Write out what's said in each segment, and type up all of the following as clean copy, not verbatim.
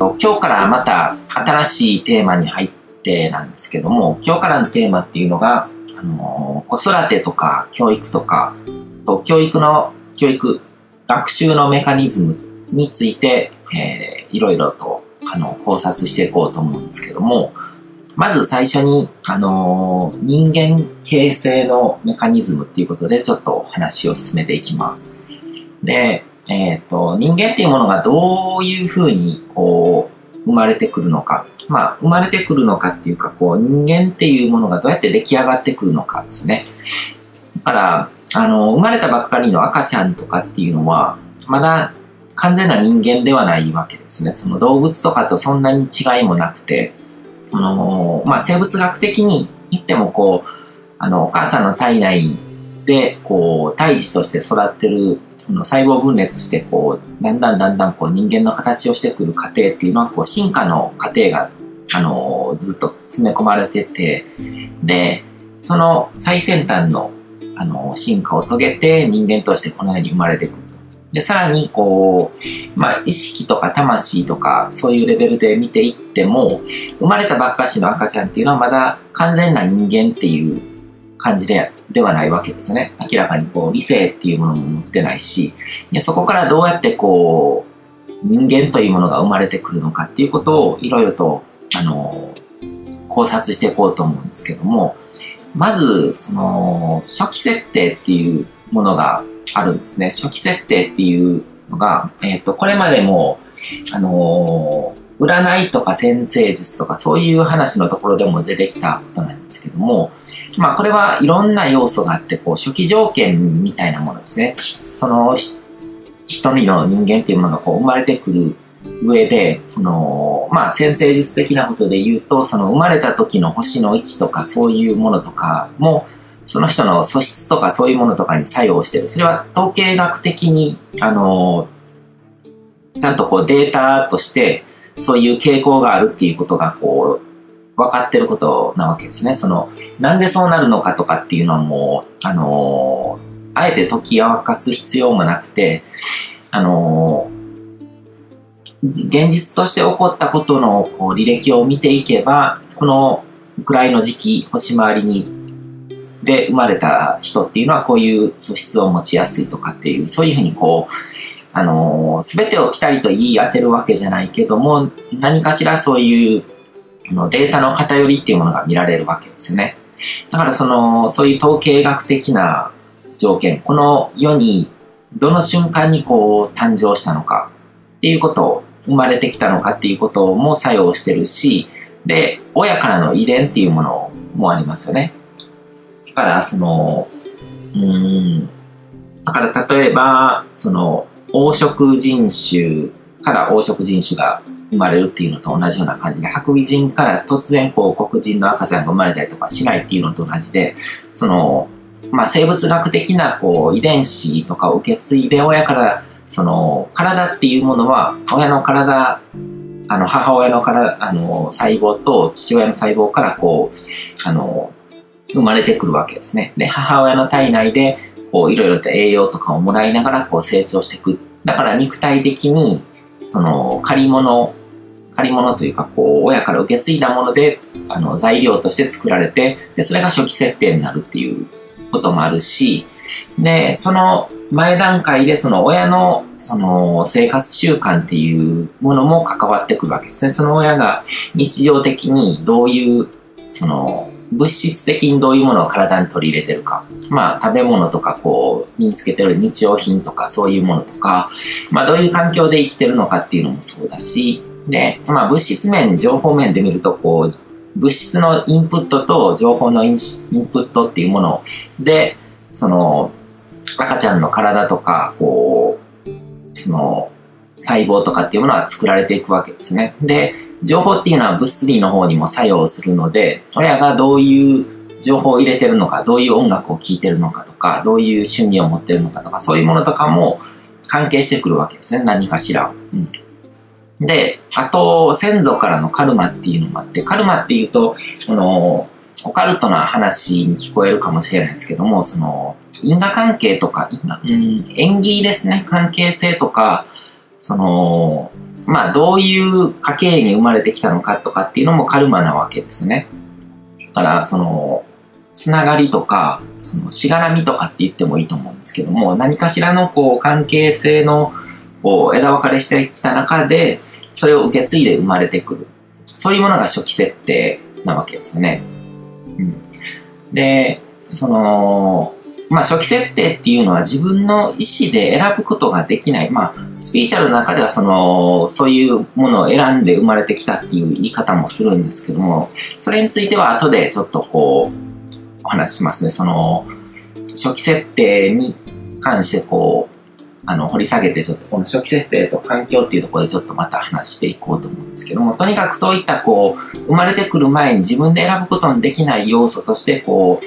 今日からまた新しいテーマに入ってなんですけども、今日からのテーマっていうのが、子育てとか教育とか、教育、学習のメカニズムについて、いろいろと考察していこうと思うんですけども、まず最初に、人間形成のメカニズムっていうことでちょっと話を進めていきます。で、人間っていうものがどういうふうに生まれてくるのか。生まれてくるのかっていうか、人間っていうものがどうやって出来上がってくるのかですね。だから、生まれたばっかりの赤ちゃんとかっていうのは、まだ完全な人間ではないわけですね。その動物とかとそんなに違いもなくて、生物学的に言ってもお母さんの体内で胎児として育ってる細胞分裂してだんだん人間の形をしてくる過程っていうのは進化の過程がずっと詰め込まれてて、でその最先端の進化を遂げて人間としてこの世に生まれてくると。でさらに意識とか魂とかそういうレベルで見ていっても、生まれたばっかしの赤ちゃんっていうのはまだ完全な人間っていう感じではないわけですよね。明らかに理性っていうものも持ってないし、でそこからどうやって人間というものが生まれてくるのかっていうことをいろいろと考察していこうと思うんですけども、まず初期設定っていうものがあるんですね。初期設定っていうのが、これまでも占いとか占星術とかそういう話のところでも出てきたことなんですけども、これはいろんな要素があって初期条件みたいなものですね。その一人の人間っていうものが生まれてくる上で、占星術的なことで言うと、生まれた時の星の位置とかそういうものとかも、その人の素質とかそういうものとかに作用している。それは統計学的に、ちゃんとデータとして、そういう傾向があるっていうことが分かってることなわけですね。なんでそうなるのかとかっていうのはもう、あえて解き明かす必要もなくて、現実として起こったことの履歴を見ていけば、このくらいの時期、星回りで生まれた人っていうのはこういう素質を持ちやすいとかっていう、そういうふうに全てをピタリと言い当てるわけじゃないけども、何かしらそういうデータの偏りっていうものが見られるわけですよね。だからそういう統計学的な条件、この世にどの瞬間に誕生したのかっていうことを、生まれてきたのかっていうことも作用してるし、で、親からの遺伝っていうものもありますよね。だからだから例えば、黄色人種から黄色人種が生まれるっていうのと同じような感じで、白人から突然黒人の赤ちゃんが生まれたりとかしないっていうのと同じで、生物学的な遺伝子とかを受け継いで親から体っていうものは親の体、母親の体、細胞と父親の細胞から生まれてくるわけですね。で、母親の体内でいろいろと栄養とかをもらいながら成長していく。だから肉体的に借り物というか親から受け継いだもので材料として作られて、でそれが初期設定になるっていうこともあるし、でその前段階で親の生活習慣っていうものも関わってくるわけですね。その親が日常的にどういう物質的にどういうものを体に取り入れてるか、食べ物とか身につけてる日用品とかそういうものとか、どういう環境で生きてるのかっていうのもそうだし、で、物質面、情報面で見ると物質のインプットと情報のインプットっていうもので赤ちゃんの体とか細胞とかっていうものは作られていくわけですね。で、情報っていうのは物理の方にも作用するので、親がどういう情報を入れてるのか、どういう音楽を聴いてるのかとか、どういう趣味を持ってるのかとか、そういうものとかも関係してくるわけですね。何かしら。で、あと、先祖からのカルマっていうのもあって、カルマっていうと、オカルトな話に聞こえるかもしれないんですけども、因果関係とか、縁起ですね、関係性とか、 まあどういう家系に生まれてきたのかとかっていうのもカルマなわけですね。だからそのつながりとかそのしがらみとかって言ってもいいと思うんですけども、何かしらのこう関係性のこう枝分かれしてきた中でそれを受け継いで生まれてくる、そういうものが初期設定なわけですね。でその初期設定っていうのは自分の意思で選ぶことができない。スピーチャルの中ではそういうものを選んで生まれてきたっていう言い方もするんですけども、それについては後でちょっとお話ししますね。その初期設定に関して掘り下げて、ちょっとこの初期設定と環境っていうところでちょっとまた話していこうと思うんですけども、とにかくそういった生まれてくる前に自分で選ぶことのできない要素として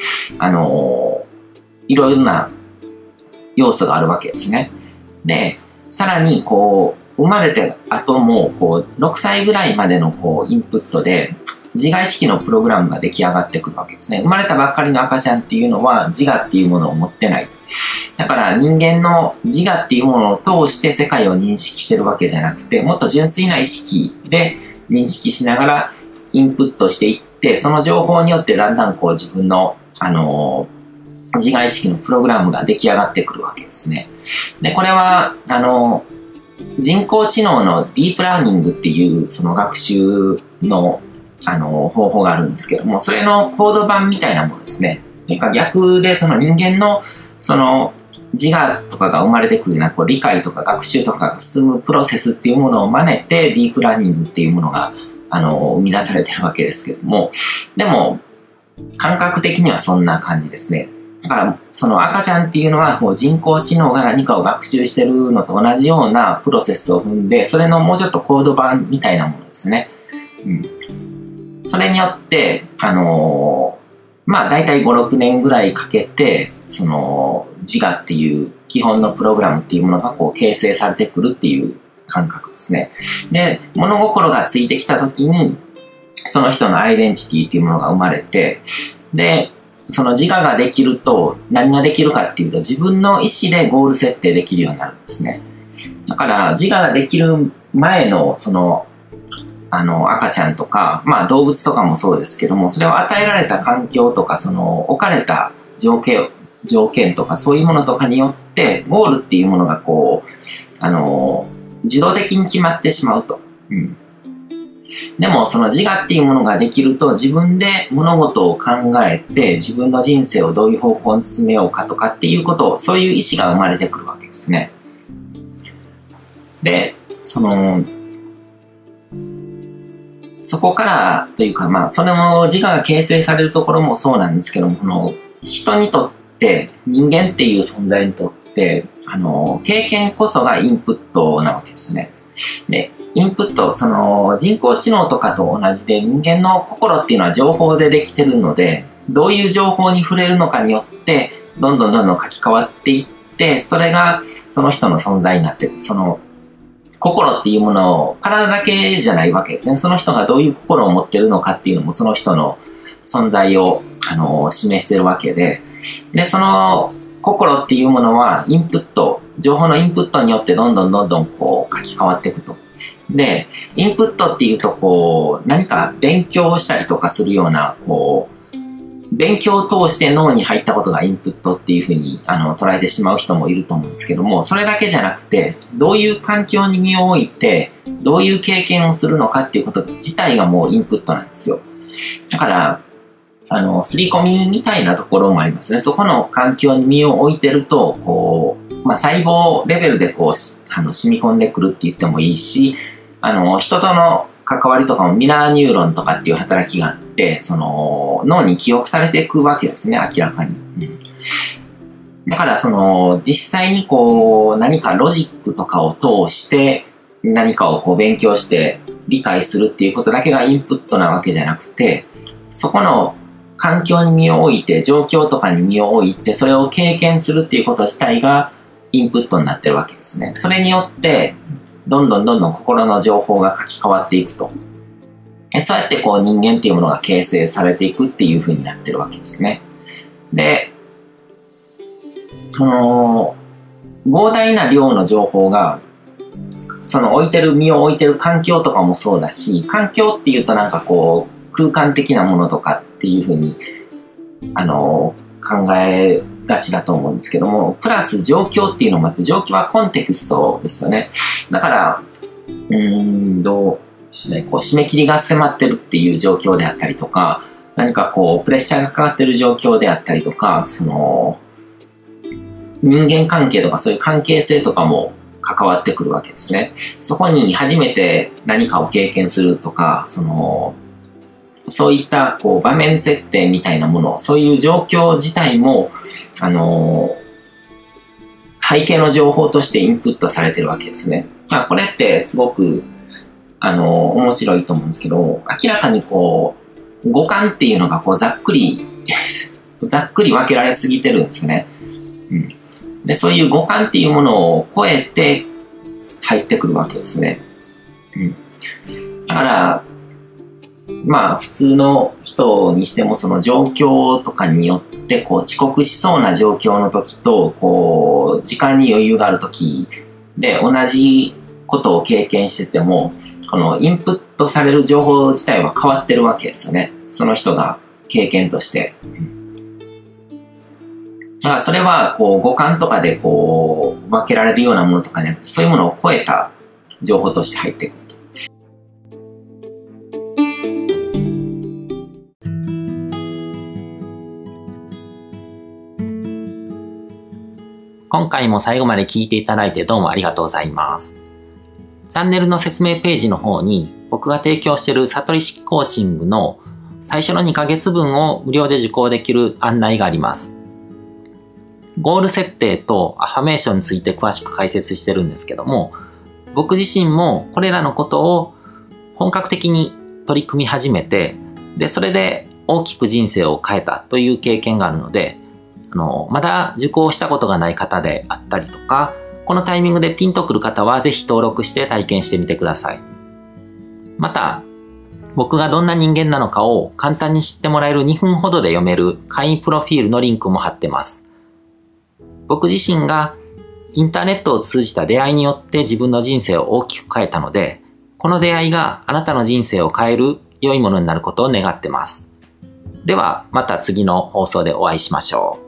いろいろな要素があるわけですね。で、さらに生まれて後も6歳ぐらいまでのインプットで自我意識のプログラムが出来上がってくるわけですね。生まれたばっかりの赤ちゃんっていうのは自我っていうものを持ってない。だから人間の自我っていうものを通して世界を認識してるわけじゃなくて、もっと純粋な意識で認識しながらインプットしていって、その情報によってだんだん自分の自我意識のプログラムが出来上がってくるわけですね。で、これは人工知能のディープラーニングっていうその学習の方法があるんですけども、それのコード版みたいなものですね。逆でその人間のその自我とかが生まれてくるような理解とか学習とかが進むプロセスっていうものを真似てディープラーニングっていうものが生み出されてるわけですけども、でも感覚的にはそんな感じですね。だからその赤ちゃんっていうのは人工知能が何かを学習してるのと同じようなプロセスを踏んで、それのもうちょっとコード版みたいなものですね。それによってだいたい5、6年ぐらいかけてその自我っていう基本のプログラムっていうものが形成されてくるっていう感覚ですね。で、物心がついてきた時にその人のアイデンティティっていうものが生まれて、でその自我ができると何ができるかっていうと、自分の意思でゴール設定できるようになるんですね。だから自我ができる前のその赤ちゃんとか、動物とかもそうですけども、それを与えられた環境とか、その置かれた条件とか、そういうものとかによってゴールっていうものが自動的に決まってしまうと。でもその自我っていうものができると、自分で物事を考えて自分の人生をどういう方向に進めようかとかっていうこと、そういう意思が生まれてくるわけですね。で、そこからというか、その自我が形成されるところもそうなんですけども、この人にとって、人間っていう存在にとって、経験こそがインプットなわけですね。で、インプット、その人工知能とかと同じで、人間の心っていうのは情報でできてるので、どういう情報に触れるのかによって、どんどん書き換わっていって、それがその人の存在になってる。その心っていうものを体だけじゃないわけですね。その人がどういう心を持ってるのかっていうのもその人の存在を示してるわけで、でその心っていうものはインプット、情報のインプットによってどんどん書き換わっていくと。でインプットっていうと何か勉強したりとかするような勉強を通して脳に入ったことがインプットっていうふうに捉えてしまう人もいると思うんですけども、それだけじゃなくて、どういう環境に身を置いてどういう経験をするのかっていうこと自体がもうインプットなんですよ。だから刷り込みみたいなところもありますね。そこの環境に身を置いてると細胞レベルで染み込んでくるって言ってもいいし、人との関わりとかもミラーニューロンとかっていう働きがあって、その脳に記憶されていくわけですね、明らかに。だから実際に何かロジックとかを通して何かを勉強して理解するっていうことだけがインプットなわけじゃなくて、そこの環境に身を置いて、状況とかに身を置いて、それを経験するっていうこと自体がインプットになってるわけですね。それによってどんどん心の情報が書き換わっていくと。そうやって人間っていうものが形成されていくっていう風になってるわけですね。で、膨大な量の情報がその身を置いてる環境とかもそうだし、環境っていうとなんかこう、空間的なものとかっていうふうに、考えがちだと思うんですけども、プラス状況っていうのもあって、状況はコンテクストですよね。だから、どうしない、こう、締め切りが迫ってるっていう状況であったりとか、何かこう、プレッシャーがかかってる状況であったりとか、その、人間関係とかそういう関係性とかも関わってくるわけですね。そこに初めて何かを経験するとか、そういったこう場面設定みたいなもの、そういう状況自体も、背景の情報としてインプットされてるわけですね。まあ、これってすごく、面白いと思うんですけど、明らかにこう、五感っていうのがこうざっくり分けられすぎてるんですよね。うん。で、そういう五感っていうものを超えて入ってくるわけですね。うん。だから、まあ普通の人にしてもその状況とかによってこう遅刻しそうな状況の時とこう時間に余裕がある時で同じことを経験しててもこのインプットされる情報自体は変わってるわけですよね。その人が経験として。だからそれはこう五感とかでこう分けられるようなものとかじゃなくてそういうものを超えた情報として入ってくる。今回も最後まで聞いていただいてどうもありがとうございます。チャンネルの説明ページの方に僕が提供している悟り式コーチングの最初の2ヶ月分を無料で受講できる案内があります。ゴール設定とアファメーションについて詳しく解説してるんですけども、僕自身もこれらのことを本格的に取り組み始めて、で、それで大きく人生を変えたという経験があるので、まだ受講したことがない方であったりとか、このタイミングでピンとくる方はぜひ登録して体験してみてください。また、僕がどんな人間なのかを簡単に知ってもらえる2分ほどで読める会員プロフィールのリンクも貼ってます。僕自身がインターネットを通じた出会いによって自分の人生を大きく変えたので、この出会いがあなたの人生を変える良いものになることを願ってます。では、また次の放送でお会いしましょう。